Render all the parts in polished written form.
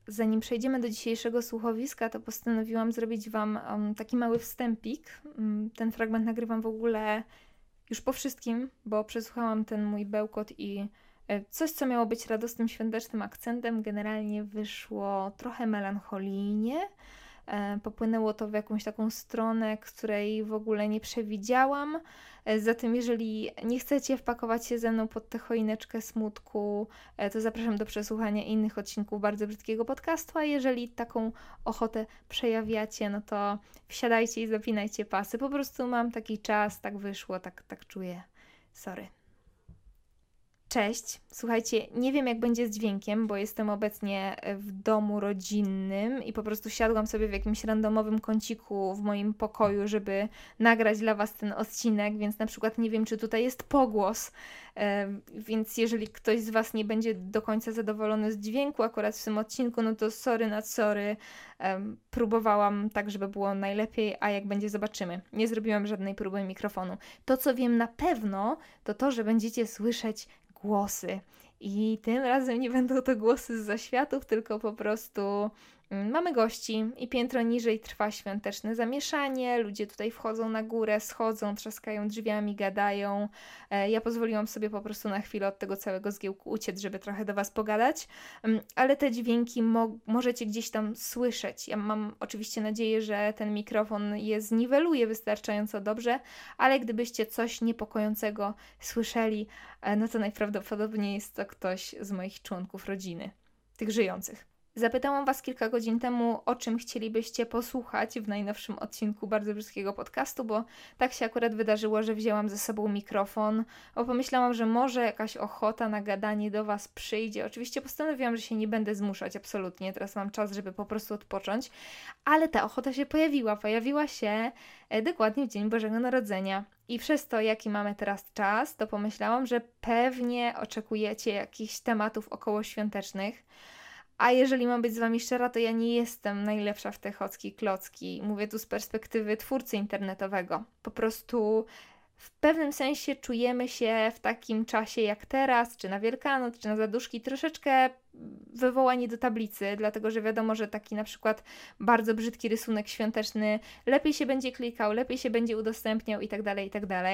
zanim przejdziemy do dzisiejszego słuchowiska, to postanowiłam zrobić Wam taki mały wstępik. Ten fragment nagrywam w ogóle już po wszystkim, bo przesłuchałam ten mój bełkot i coś, co miało być radosnym, świątecznym akcentem, generalnie wyszło trochę melancholijnie. Popłynęło to w jakąś taką stronę, której w ogóle nie przewidziałam. Zatem jeżeli nie chcecie wpakować się ze mną pod tę choineczkę smutku, to zapraszam do przesłuchania innych odcinków Bardzo Brzydkiego Podcastu, a jeżeli taką ochotę przejawiacie, no to wsiadajcie i zapinajcie pasy. Po prostu mam taki czas, tak wyszło, tak czuję. Sorry. Cześć, słuchajcie, nie wiem jak będzie z dźwiękiem, bo jestem obecnie w domu rodzinnym i po prostu siadłam sobie w jakimś randomowym kąciku w moim pokoju, żeby nagrać dla Was ten odcinek, więc na przykład nie wiem, czy tutaj jest pogłos, więc jeżeli ktoś z Was nie będzie do końca zadowolony z dźwięku akurat w tym odcinku, no to sorry not sorry. Próbowałam tak, żeby było najlepiej, a jak będzie, zobaczymy. Nie zrobiłam żadnej próby mikrofonu. To, co wiem na pewno, to to, że będziecie słyszeć głosy. I tym razem nie będą to głosy z zaświatów, tylko po prostu mamy gości i piętro niżej trwa świąteczne zamieszanie. Ludzie tutaj wchodzą na górę, schodzą, trzaskają drzwiami, gadają. Ja pozwoliłam sobie po prostu na chwilę od tego całego zgiełku uciec, żeby trochę do Was pogadać, ale te dźwięki możecie gdzieś tam słyszeć. Ja mam oczywiście nadzieję, że ten mikrofon je zniweluje wystarczająco dobrze, ale gdybyście coś niepokojącego słyszeli, no to najprawdopodobniej jest to ktoś z moich członków rodziny, tych żyjących. Zapytałam Was kilka godzin temu, o czym chcielibyście posłuchać w najnowszym odcinku Bardzo Brzydkiego Podcastu, bo tak się akurat wydarzyło, że wzięłam ze sobą mikrofon, bo pomyślałam, że może jakaś ochota na gadanie do Was przyjdzie. Oczywiście postanowiłam, że się nie będę zmuszać, absolutnie. Teraz mam czas, żeby po prostu odpocząć, ale ta ochota się pojawiła. Pojawiła się dokładnie w Dzień Bożego Narodzenia. I przez to, jaki mamy teraz czas, to pomyślałam, że pewnie oczekujecie jakichś tematów okołoświątecznych. A jeżeli mam być z Wami szczera, to ja nie jestem najlepsza w te chocki klocki. Mówię tu z perspektywy twórcy internetowego. Po prostu w pewnym sensie czujemy się w takim czasie jak teraz, czy na Wielkanoc, czy na Zaduszki, troszeczkę wywołani do tablicy, dlatego że wiadomo, że taki na przykład bardzo brzydki rysunek świąteczny lepiej się będzie klikał, lepiej się będzie udostępniał itd., itd.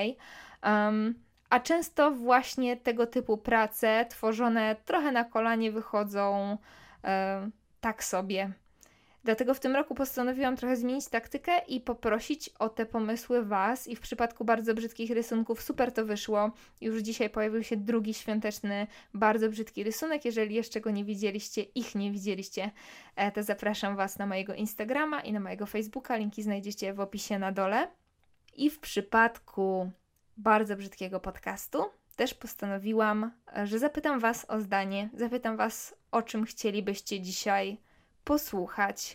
A często właśnie tego typu prace tworzone trochę na kolanie wychodzą tak sobie. Dlatego w tym roku postanowiłam trochę zmienić taktykę i poprosić o te pomysły Was. I w przypadku bardzo brzydkich rysunków super to wyszło. Już dzisiaj pojawił się drugi świąteczny, bardzo brzydki rysunek. Jeżeli jeszcze go nie widzieliście, nie widzieliście, to zapraszam Was na mojego Instagrama i na mojego Facebooka. Linki znajdziecie w opisie na dole. I w przypadku Bardzo Brzydkiego Podcastu też postanowiłam, że zapytam Was o zdanie, zapytam Was, o czym chcielibyście dzisiaj posłuchać.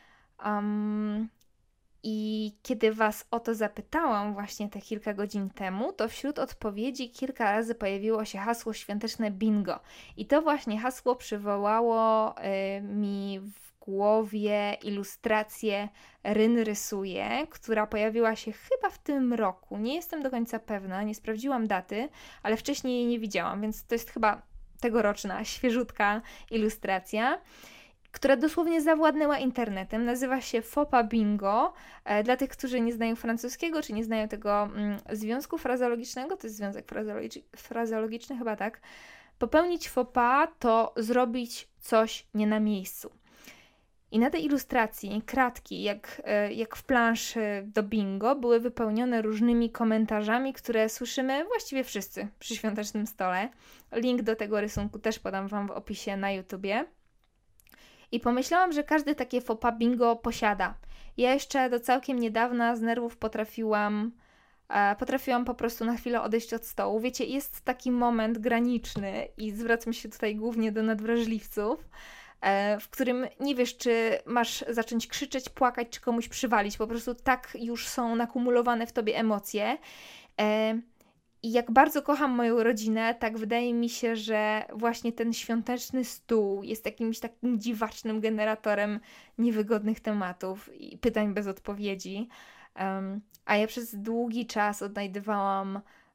I kiedy Was o to zapytałam właśnie te kilka godzin temu, to wśród odpowiedzi kilka razy pojawiło się hasło świąteczne bingo. I to właśnie hasło przywołało mi w głowie ilustrację Ryn rysuje, która pojawiła się chyba w tym roku. Nie jestem do końca pewna, nie sprawdziłam daty, ale wcześniej jej nie widziałam, więc to jest chyba tegoroczna, świeżutka ilustracja, która dosłownie zawładnęła internetem. Nazywa się Fopa Bingo. Dla tych, którzy nie znają francuskiego, czy nie znają tego związku frazeologicznego, to jest związek frazeologiczny, chyba tak. Popełnić faux pas to zrobić coś nie na miejscu. I na tej ilustracji kratki, jak w planszy do bingo, były wypełnione różnymi komentarzami, które słyszymy właściwie wszyscy przy świątecznym stole. Link do tego rysunku też podam Wam w opisie na YouTubie. I pomyślałam, że każdy takie faux pas bingo posiada. Ja jeszcze do całkiem niedawna z nerwów potrafiłam po prostu na chwilę odejść od stołu. Wiecie, jest taki moment graniczny i zwracam się tutaj głównie do nadwrażliwców, w którym nie wiesz, czy masz zacząć krzyczeć, płakać, czy komuś przywalić. Po prostu tak już są nakumulowane w tobie emocje. I jak bardzo kocham moją rodzinę, tak wydaje mi się, że właśnie ten świąteczny stół jest jakimś takim dziwacznym generatorem niewygodnych tematów i pytań bez odpowiedzi. A ja przez długi czas odnajdywałam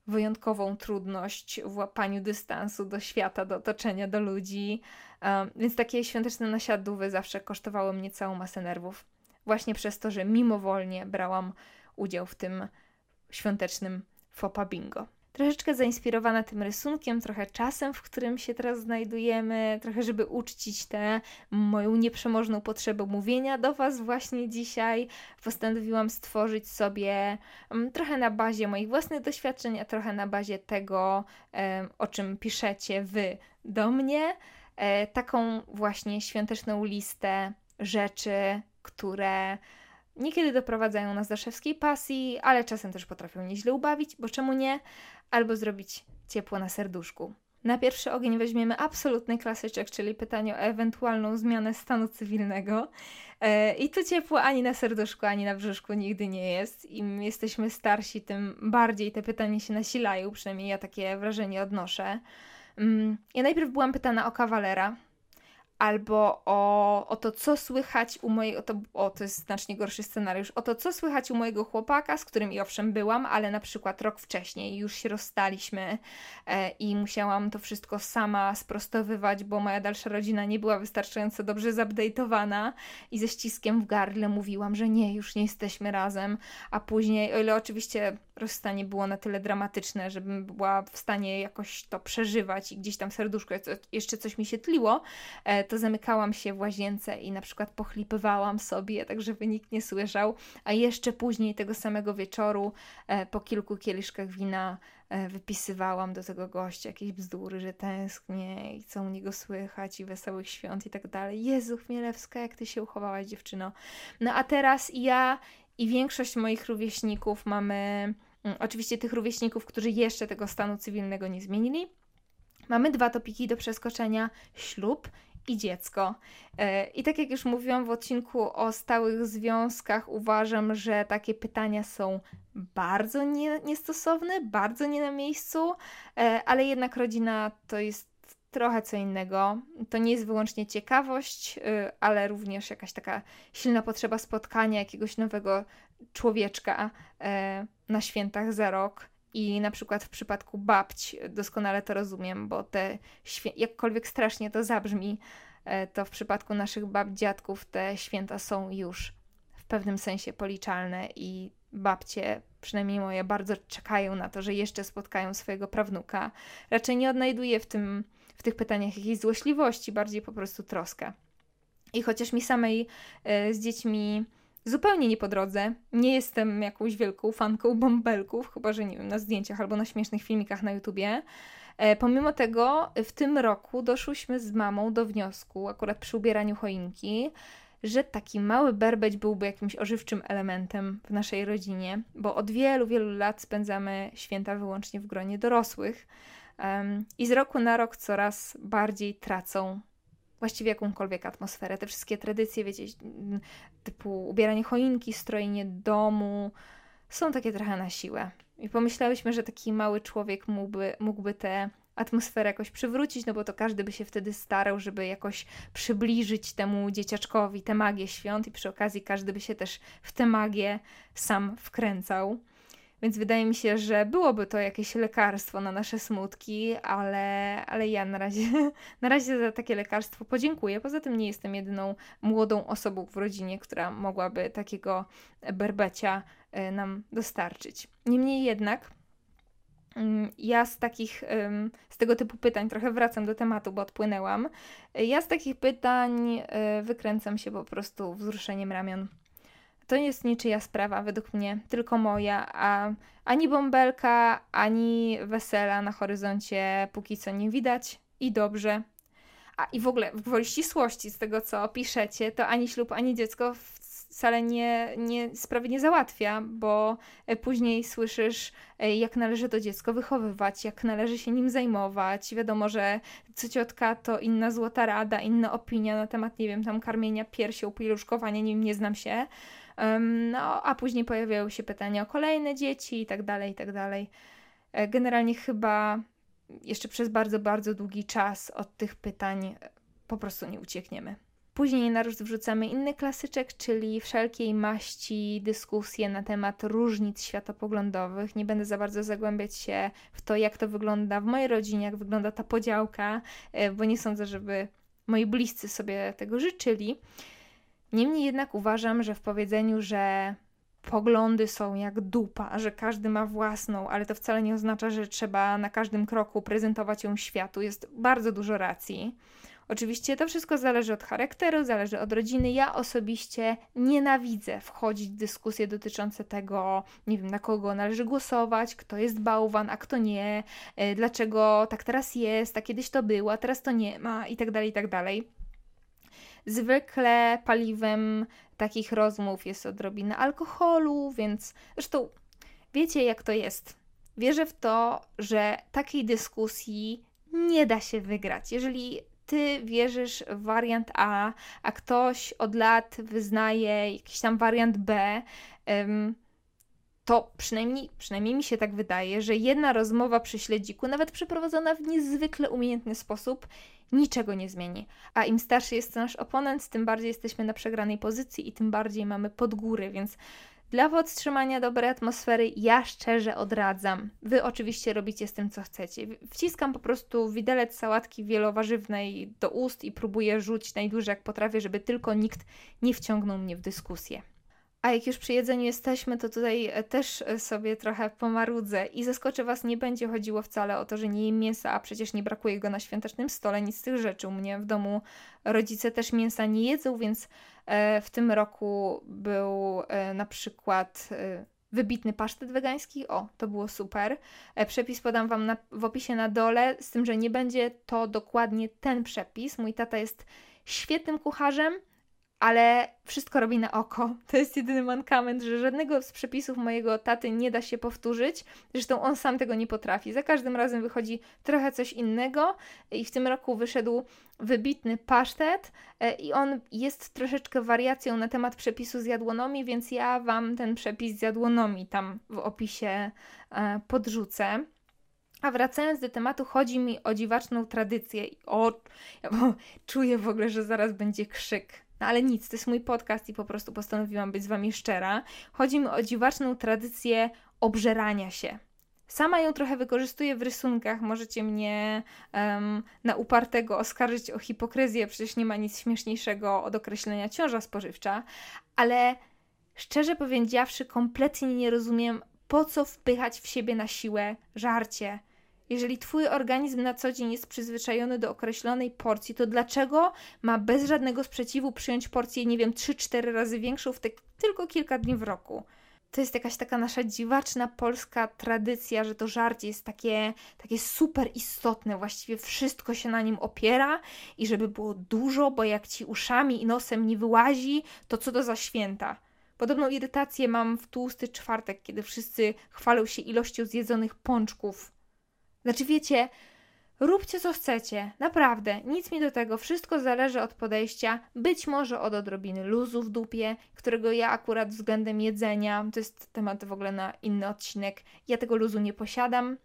wyjątkową trudność w łapaniu dystansu do świata, do otoczenia, do ludzi. Więc takie świąteczne nasiadówy zawsze kosztowały mnie całą masę nerwów. Właśnie przez to, że mimowolnie brałam udział w tym świątecznym fopa bingo. Troszeczkę zainspirowana tym rysunkiem, trochę czasem, w którym się teraz znajdujemy, trochę żeby uczcić tę moją nieprzemożną potrzebę mówienia do Was właśnie dzisiaj, postanowiłam stworzyć sobie trochę na bazie moich własnych doświadczeń, a trochę na bazie tego, o czym piszecie Wy do mnie, taką właśnie świąteczną listę rzeczy, które niekiedy doprowadzają nas do szewskiej pasji, ale czasem też potrafią nieźle ubawić, bo czemu nie? Albo zrobić ciepło na serduszku. Na pierwszy ogień weźmiemy absolutny klasyczek, czyli pytanie o ewentualną zmianę stanu cywilnego. I tu ciepło ani na serduszku, ani na brzuszku nigdy nie jest. Im jesteśmy starsi, tym bardziej te pytania się nasilają, przynajmniej ja takie wrażenie odnoszę. Ja najpierw byłam pytana o kawalera, albo o to, co słychać u mojego... To jest znacznie gorszy scenariusz. O to, co słychać u mojego chłopaka, z którym i owszem byłam, ale na przykład rok wcześniej już się rozstaliśmy i musiałam to wszystko sama sprostowywać, bo moja dalsza rodzina nie była wystarczająco dobrze zupdate'owana i ze ściskiem w gardle mówiłam, że nie, już nie jesteśmy razem, a później, o ile oczywiście rozstanie było na tyle dramatyczne, żebym była w stanie jakoś to przeżywać i gdzieś tam w serduszku jeszcze coś mi się tliło, to zamykałam się w łazience i na przykład pochlipywałam sobie, tak żeby nikt nie słyszał, a jeszcze później tego samego wieczoru po kilku kieliszkach wina wypisywałam do tego gościa jakieś bzdury, że tęsknię i co u niego słychać i wesołych świąt i tak dalej. Jezu, Chmielewska, jak ty się uchowałaś, dziewczyno. No a teraz ja i większość moich rówieśników mamy, oczywiście tych rówieśników, którzy jeszcze tego stanu cywilnego nie zmienili, mamy 2 topiki do przeskoczenia: ślub i dziecko. I tak jak już mówiłam w odcinku o stałych związkach, uważam, że takie pytania są bardzo niestosowne, bardzo nie na miejscu, ale jednak rodzina to jest trochę co innego. To nie jest wyłącznie ciekawość, ale również jakaś taka silna potrzeba spotkania jakiegoś nowego człowieczka na świętach za rok. I na przykład w przypadku babć doskonale to rozumiem, bo jakkolwiek strasznie to zabrzmi, to w przypadku naszych bab, dziadków te święta są już w pewnym sensie policzalne i babcie, przynajmniej moje, bardzo czekają na to, że jeszcze spotkają swojego prawnuka. Raczej nie odnajduję w tych pytaniach jakiejś złośliwości, bardziej po prostu troskę. I chociaż mi samej z dziećmi zupełnie nie po drodze, nie jestem jakąś wielką fanką bąbelków, chyba że nie wiem, na zdjęciach albo na śmiesznych filmikach na YouTubie. Pomimo tego w tym roku doszłyśmy z mamą do wniosku, akurat przy ubieraniu choinki, że taki mały berbeć byłby jakimś ożywczym elementem w naszej rodzinie, bo od wielu, wielu lat spędzamy święta wyłącznie w gronie dorosłych i z roku na rok coraz bardziej tracą właściwie jakąkolwiek atmosferę. Te wszystkie tradycje, wiecie, typu ubieranie choinki, strojenie domu, są takie trochę na siłę. I pomyślałyśmy, że taki mały człowiek mógłby tę atmosferę jakoś przywrócić, no bo to każdy by się wtedy starał, żeby jakoś przybliżyć temu dzieciaczkowi tę magię świąt i przy okazji każdy by się też w tę magię sam wkręcał. Więc wydaje mi się, że byłoby to jakieś lekarstwo na nasze smutki, ale ja na razie za takie lekarstwo podziękuję. Poza tym nie jestem jedyną młodą osobą w rodzinie, która mogłaby takiego berbecia nam dostarczyć. Niemniej jednak ja z tego typu pytań, trochę wracam do tematu, bo odpłynęłam, ja z takich pytań wykręcam się po prostu wzruszeniem ramion. To nie jest niczyja sprawa, według mnie, tylko moja, a ani bąbelka, ani wesela na horyzoncie póki co nie widać i dobrze. A i w ogóle, w gwoli ścisłości z tego, co piszecie, to ani ślub, ani dziecko wcale sprawy nie załatwia, bo później słyszysz, jak należy to dziecko wychowywać, jak należy się nim zajmować. Wiadomo, że ciotka to inna złota rada, inna opinia na temat, nie wiem, tam karmienia piersią, pieluszkowania, nie znam się. No, a później pojawiają się pytania o kolejne dzieci i tak dalej, i tak dalej. Generalnie chyba jeszcze przez bardzo, bardzo długi czas od tych pytań po prostu nie uciekniemy. Później na ruszt wrzucamy inny klasyczek, czyli wszelkiej maści dyskusje na temat różnic światopoglądowych. Nie będę za bardzo zagłębiać się w to, jak to wygląda w mojej rodzinie, jak wygląda ta podziałka, bo nie sądzę, żeby moi bliscy sobie tego życzyli. Niemniej jednak uważam, że w powiedzeniu, że poglądy są jak dupa, że każdy ma własną, ale to wcale nie oznacza, że trzeba na każdym kroku prezentować ją światu. Jest bardzo dużo racji. Oczywiście to wszystko zależy od charakteru, zależy od rodziny. Ja osobiście nienawidzę wchodzić w dyskusje dotyczące tego, nie wiem, na kogo należy głosować, kto jest bałwan, a kto nie, dlaczego tak teraz jest, a kiedyś to było, a teraz to nie ma i tak dalej, i tak dalej. Zwykle paliwem takich rozmów jest odrobina alkoholu, więc zresztą wiecie, jak to jest. Wierzę w to, że takiej dyskusji nie da się wygrać. Jeżeli ty wierzysz w wariant A, a ktoś od lat wyznaje jakiś tam wariant B, to przynajmniej mi się tak wydaje, że jedna rozmowa przy śledziku, nawet przeprowadzona w niezwykle umiejętny sposób, niczego nie zmieni. A im starszy jest nasz oponent, tym bardziej jesteśmy na przegranej pozycji i tym bardziej mamy pod góry, więc dla podtrzymania dobrej atmosfery ja szczerze odradzam. Wy oczywiście robicie z tym, co chcecie. Wciskam po prostu widelec sałatki wielowarzywnej do ust i próbuję rzucić najdłużej jak potrafię, żeby tylko nikt nie wciągnął mnie w dyskusję. A jak już przy jedzeniu jesteśmy, to tutaj też sobie trochę pomarudzę i zaskoczę Was, nie będzie chodziło wcale o to, że nie jem mięsa, a przecież nie brakuje go na świątecznym stole, nic z tych rzeczy. U mnie w domu rodzice też mięsa nie jedzą, więc w tym roku był na przykład wybitny pasztet wegański. O, to było super. Przepis podam Wam w opisie na dole, z tym, że nie będzie to dokładnie ten przepis. Mój tata jest świetnym kucharzem, ale wszystko robi na oko. To jest jedyny mankament, że żadnego z przepisów mojego taty nie da się powtórzyć. Zresztą on sam tego nie potrafi. Za każdym razem wychodzi trochę coś innego i w tym roku wyszedł wybitny pasztet i on jest troszeczkę wariacją na temat przepisu z jadłonomii, więc ja Wam ten przepis z jadłonomii tam w opisie podrzucę. A wracając do tematu, chodzi mi o dziwaczną tradycję. Czuję w ogóle, że zaraz będzie krzyk. No ale nic, to jest mój podcast i po prostu postanowiłam być z Wami szczera. Chodzi mi o dziwaczną tradycję obżerania się. Sama ją trochę wykorzystuję w rysunkach. Możecie mnie na upartego oskarżyć o hipokryzję, przecież nie ma nic śmieszniejszego od określenia ciąża spożywcza. Ale szczerze powiedziawszy, kompletnie nie rozumiem, po co wpychać w siebie na siłę żarcie. Jeżeli Twój organizm na co dzień jest przyzwyczajony do określonej porcji, to dlaczego ma bez żadnego sprzeciwu przyjąć porcję, nie wiem, 3-4 razy większą w tylko kilka dni w roku? To jest jakaś taka nasza dziwaczna polska tradycja, że to żarcie jest takie super istotne, właściwie wszystko się na nim opiera i żeby było dużo, bo jak Ci uszami i nosem nie wyłazi, to co to za święta? Podobną irytację mam w tłusty czwartek, kiedy wszyscy chwalą się ilością zjedzonych pączków. Znaczy wiecie, róbcie co chcecie, naprawdę, nic mi do tego, wszystko zależy od podejścia, być może od odrobiny luzu w dupie, którego ja akurat względem jedzenia, to jest temat w ogóle na inny odcinek, ja tego luzu nie posiadam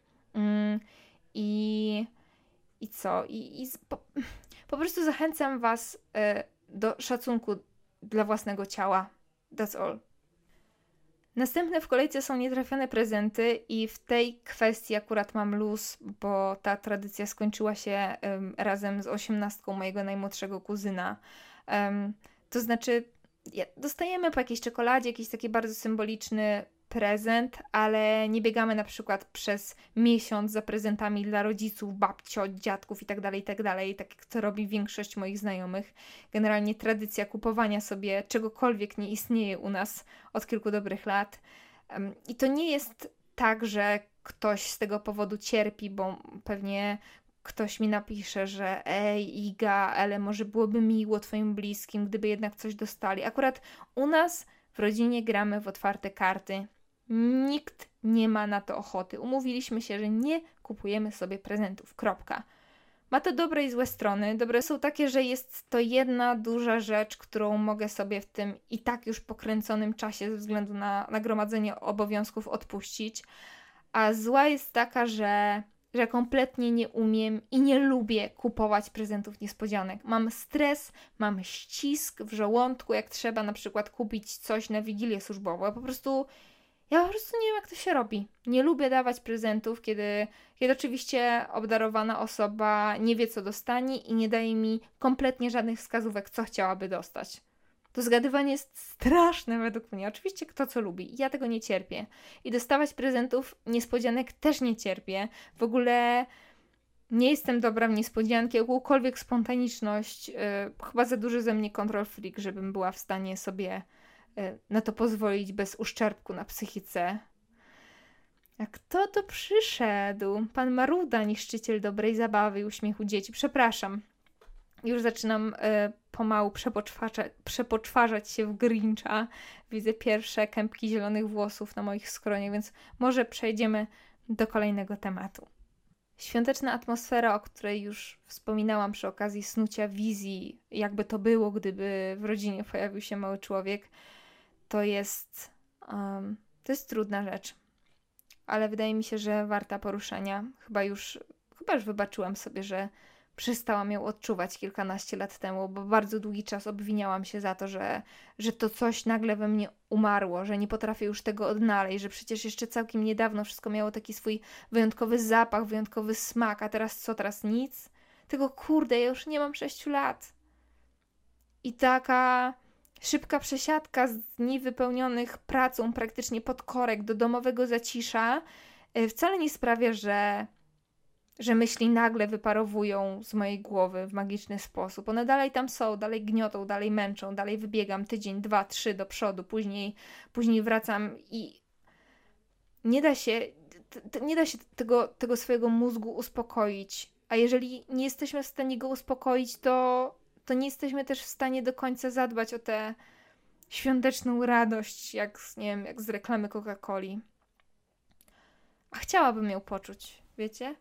i co? Po prostu zachęcam Was do szacunku dla własnego ciała, that's all. Następne w kolejce są nietrafione prezenty i w tej kwestii akurat mam luz, bo ta tradycja skończyła się razem z 18 mojego najmłodszego kuzyna. To znaczy dostajemy po jakiejś czekoladzie jakiś taki bardzo symboliczny prezent, ale nie biegamy na przykład przez miesiąc za prezentami dla rodziców, babcio, dziadków itd., tak jak to robi większość moich znajomych. Generalnie tradycja kupowania sobie czegokolwiek nie istnieje u nas od kilku dobrych lat. I to nie jest tak, że ktoś z tego powodu cierpi, bo pewnie ktoś mi napisze, że Iga, ale może byłoby miło Twoim bliskim, gdyby jednak coś dostali. Akurat u nas w rodzinie gramy w otwarte karty. Nikt nie ma na to ochoty. Umówiliśmy się, że nie kupujemy sobie prezentów. Kropka. Ma to dobre i złe strony. Dobre są takie, że jest to jedna duża rzecz, którą mogę sobie w tym i tak już pokręconym czasie ze względu na nagromadzenie obowiązków odpuścić. A zła jest taka, że że kompletnie nie umiem i nie lubię kupować prezentów niespodzianek. Mam stres, mam ścisk w żołądku, jak trzeba na przykład kupić coś na wigilię służbową. Ja po prostu nie wiem, jak to się robi. Nie lubię dawać prezentów, kiedy oczywiście obdarowana osoba nie wie, co dostanie i nie daje mi kompletnie żadnych wskazówek, co chciałaby dostać. To zgadywanie jest straszne według mnie. Oczywiście kto co lubi. Ja tego nie cierpię. I dostawać prezentów niespodzianek też nie cierpię. W ogóle nie jestem dobra w niespodzianki, jakąkolwiek spontaniczność. Chyba za duży ze mnie control freak, żebym była w stanie sobie na to pozwolić bez uszczerbku na psychice. A kto to przyszedł? Pan Maruda, niszczyciel dobrej zabawy i uśmiechu dzieci. Przepraszam. Już zaczynam pomału przepoczwarzać się w Grincha. Widzę pierwsze kępki zielonych włosów na moich skroniach, więc może przejdziemy do kolejnego tematu. Świąteczna atmosfera, o której już wspominałam przy okazji snucia wizji, jakby to było, gdyby w rodzinie pojawił się mały człowiek, to jest trudna rzecz. Ale wydaje mi się, że warta poruszenia. Chyba już wybaczyłam sobie, że przestałam ją odczuwać kilkanaście lat temu, bo bardzo długi czas obwiniałam się za to, że to coś nagle we mnie umarło, że nie potrafię już tego odnaleźć, że przecież jeszcze całkiem niedawno wszystko miało taki swój wyjątkowy zapach, wyjątkowy smak, a teraz co? Teraz nic? Tylko kurde, ja już nie mam 6 lat. I taka szybka przesiadka z dni wypełnionych pracą praktycznie pod korek do domowego zacisza wcale nie sprawia, że myśli nagle wyparowują z mojej głowy w magiczny sposób. One dalej tam są, dalej gniotą, dalej męczą, dalej wybiegam tydzień, 2, 3 do przodu, później wracam i nie da się tego swojego mózgu uspokoić. A jeżeli nie jesteśmy w stanie go uspokoić, to nie jesteśmy też w stanie do końca zadbać o tę świąteczną radość, jak z reklamy Coca-Coli. A chciałabym ją poczuć, wiecie?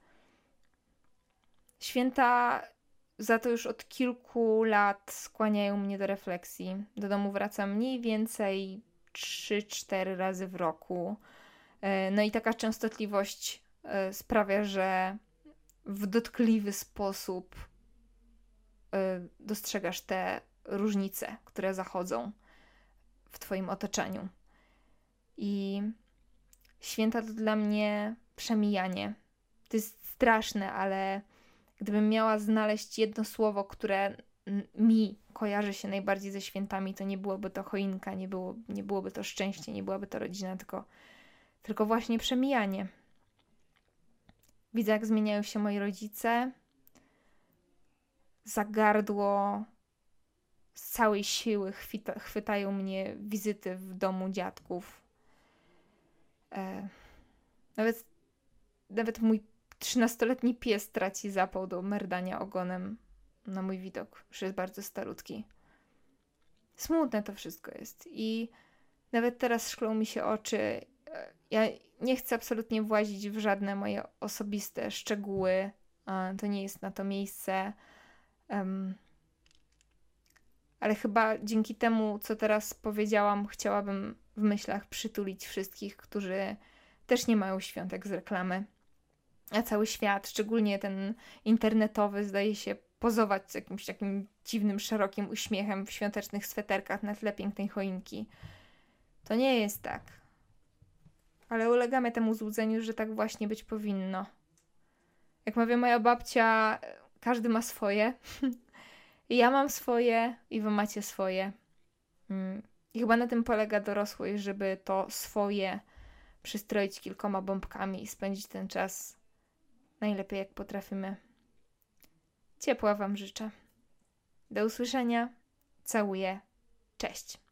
Święta za to już od kilku lat skłaniają mnie do refleksji. Do domu wracam mniej więcej 3-4 razy w roku. No i taka częstotliwość sprawia, że w dotkliwy sposób dostrzegasz te różnice, które zachodzą w twoim otoczeniu. I święta to dla mnie przemijanie. To jest straszne, ale gdybym miała znaleźć jedno słowo, które mi kojarzy się najbardziej ze świętami, to nie byłoby to choinka, nie byłoby to szczęście, nie byłaby to rodzina, tylko właśnie przemijanie. Widzę, jak zmieniają się moi rodzice. Za gardło z całej siły chwytają mnie wizyty w domu dziadków. Nawet mój 13-letni pies traci zapał do merdania ogonem na mój widok. Już jest bardzo starutki. Smutne to wszystko jest. I nawet teraz szklą mi się oczy. Ja nie chcę absolutnie włazić w żadne moje osobiste szczegóły. To nie jest na to miejsce. Ale chyba dzięki temu, co teraz powiedziałam, chciałabym w myślach przytulić wszystkich, którzy też nie mają świątek z reklamy. A cały świat, szczególnie ten internetowy, zdaje się pozować z jakimś takim dziwnym, szerokim uśmiechem w świątecznych sweterkach na tle pięknej choinki. To nie jest tak. Ale ulegamy temu złudzeniu, że tak właśnie być powinno. Jak mawia moja babcia, każdy ma swoje. I ja mam swoje i wy macie swoje. I chyba na tym polega dorosłość, żeby to swoje przystroić kilkoma bombkami i spędzić ten czas najlepiej jak potrafimy. Ciepła wam życzę. Do usłyszenia. Całuję. Cześć.